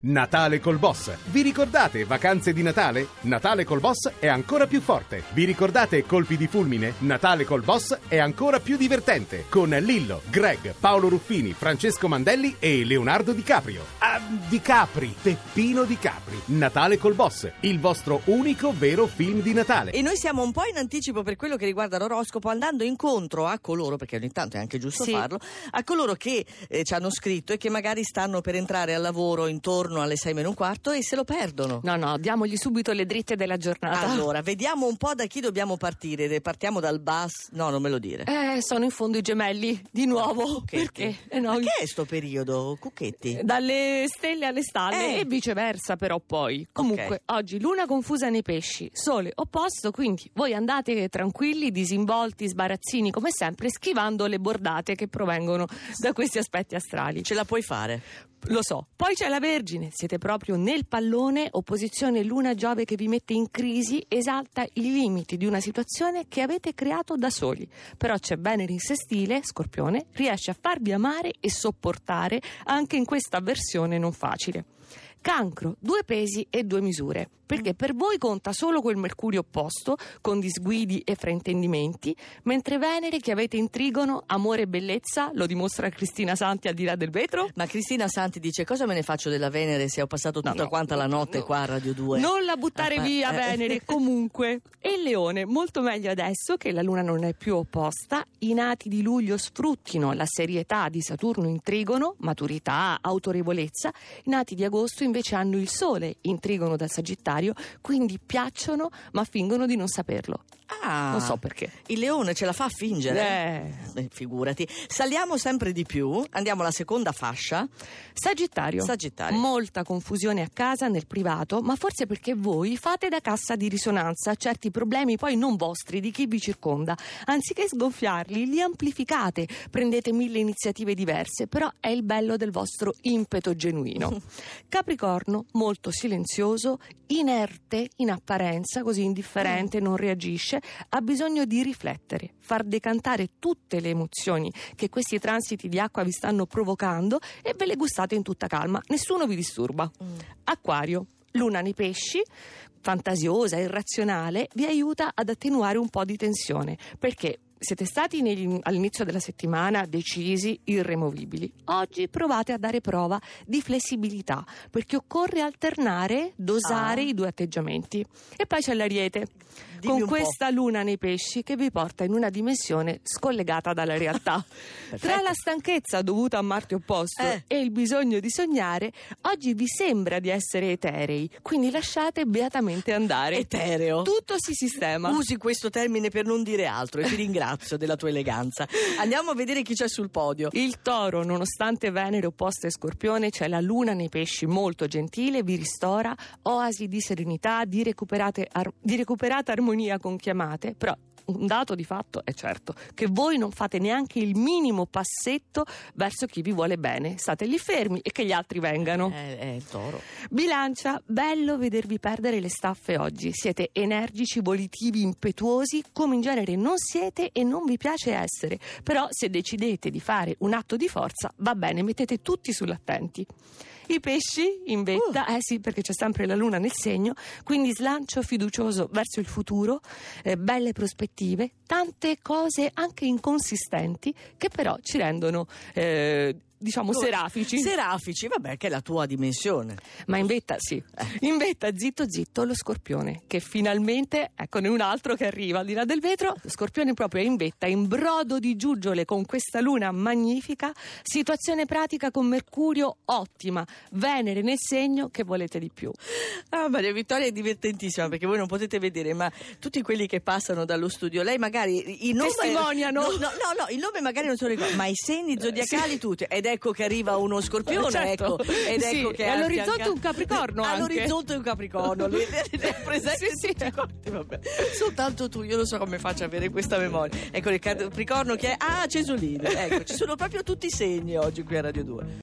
Natale col Boss. Vi ricordate vacanze di Natale? Natale col Boss è ancora più forte. Vi ricordate colpi di fulmine? Natale col Boss è ancora più divertente. Con Lillo, Greg, Paolo Ruffini, Francesco Mandelli e Leonardo Di Caprio. Peppino Di Capri. Natale col Boss, il vostro unico vero film di Natale. E noi siamo un po' in anticipo per quello che riguarda l'oroscopo, andando incontro a coloro, perché ogni tanto è anche giusto farlo, a coloro che ci hanno scritto e che magari stanno per entrare al lavoro intorno alle 6:15 e se lo perdono. No, diamogli subito le dritte della giornata. Allora, vediamo un po' da chi dobbiamo partire. Partiamo dal bus. No, non me lo dire. Sono in fondo i gemelli, di nuovo. Cucchetti. Perché? No, ma che è sto periodo, Cucchetti? Dalle stelle alle stalle e viceversa, però poi. Comunque, oggi luna confusa nei pesci, sole opposto, quindi voi andate tranquilli, disinvolti, sbarazzini come sempre, schivando le bordate che provengono da questi aspetti astrali. Ce la puoi fare? Lo so. Poi c'è la Vergine, siete proprio nel pallone, opposizione Luna-Giove che vi mette in crisi, esalta i limiti di una situazione che avete creato da soli. Però c'è Venere in sestile, Scorpione, riesce a farvi amare e sopportare anche in questa versione non facile. Cancro, 2 pesi e 2 misure, perché per voi conta solo quel Mercurio opposto, con disguidi e fraintendimenti, mentre Venere che avete in Trigono, amore e bellezza, lo dimostra Cristina Santi al di là del vetro. Ma Cristina Santi dice: cosa me ne faccio della Venere se ho passato tutta quanta la notte qua a Radio 2? Non la buttare via Venere, comunque. E il Leone, molto meglio adesso che la Luna non è più opposta, i nati di luglio sfruttino la serietà di Saturno in Trigono, maturità, autorevolezza, i nati di agosto invece hanno il Sole in Trigono dal Sagittario, quindi piacciono ma fingono di non saperlo. Non so perché. Il Leone ce la fa a fingere? Figurati. Saliamo sempre di più, andiamo alla seconda fascia. Sagittario. Molta confusione a casa, nel privato, ma forse perché voi fate da cassa di risonanza certi problemi poi non vostri, di chi vi circonda. Anziché sgonfiarli, li amplificate, prendete 1000 iniziative diverse, però è il bello del vostro impeto genuino. Capricorno, molto silenzioso, inerte in apparenza, così indifferente, non reagisce, ha bisogno di riflettere, far decantare tutte le emozioni che questi transiti di acqua vi stanno provocando e ve le gustate in tutta calma, nessuno vi disturba. Acquario, luna nei pesci, fantasiosa, irrazionale, vi aiuta ad attenuare un po' di tensione, perché siete stati all'inizio della settimana decisi, irremovibili. Oggi provate a dare prova di flessibilità, perché occorre alternare, dosare i 2 atteggiamenti. E poi c'è l'Ariete, con questa luna nei pesci che vi porta in una dimensione scollegata dalla realtà. Tra la stanchezza dovuta a Marte opposto e il bisogno di sognare, oggi vi sembra di essere eterei, quindi lasciate beatamente andare. Etereo? Tutto si sistema. Usi questo termine per non dire altro e ti ringrazio della tua eleganza. Andiamo a vedere chi c'è sul podio. Il Toro, nonostante Venere opposta e Scorpione, c'è la luna nei pesci molto gentile, vi ristora, oasi di serenità, di recuperata armonia con chiamate, però un dato di fatto è certo che voi non fate neanche il minimo passetto verso chi vi vuole bene, state lì fermi e che gli altri vengano. Il Toro. Bilancia, bello vedervi perdere le staffe oggi, siete energici, volitivi, impetuosi, come in genere non siete e non vi piace essere, però se decidete di fare un atto di forza va bene, mettete tutti sull'attenti. I pesci in vetta, sì, perché c'è sempre la luna nel segno, quindi slancio fiducioso verso il futuro, belle prospettive, tante cose anche inconsistenti che però ci rendono serafici. Serafici, vabbè, che è la tua dimensione. Ma in vetta, sì. In vetta, zitto zitto, lo Scorpione, che finalmente, eccone un altro che arriva al di là del vetro. Lo Scorpione proprio è in vetta, in brodo di giuggiole con questa luna magnifica, situazione pratica con Mercurio ottima, Venere nel segno, che volete di più? Maria Vittoria è divertentissima, perché voi non potete vedere, ma tutti quelli che passano dallo studio, lei magari il nome testimoniano. No, il nome magari non se lo ricorda, ma i segni zodiacali tutti. Ed ecco che arriva uno Scorpione, certo. Ed ecco che all'orizzonte un Capricorno anche. All'orizzonte un Capricorno. Le presenti tutti, vabbè. Soltanto tu, io non so come faccio a avere questa memoria. Ecco il Capricorno che è Cesolini. Ecco, ci sono proprio tutti i segni oggi qui a Radio 2.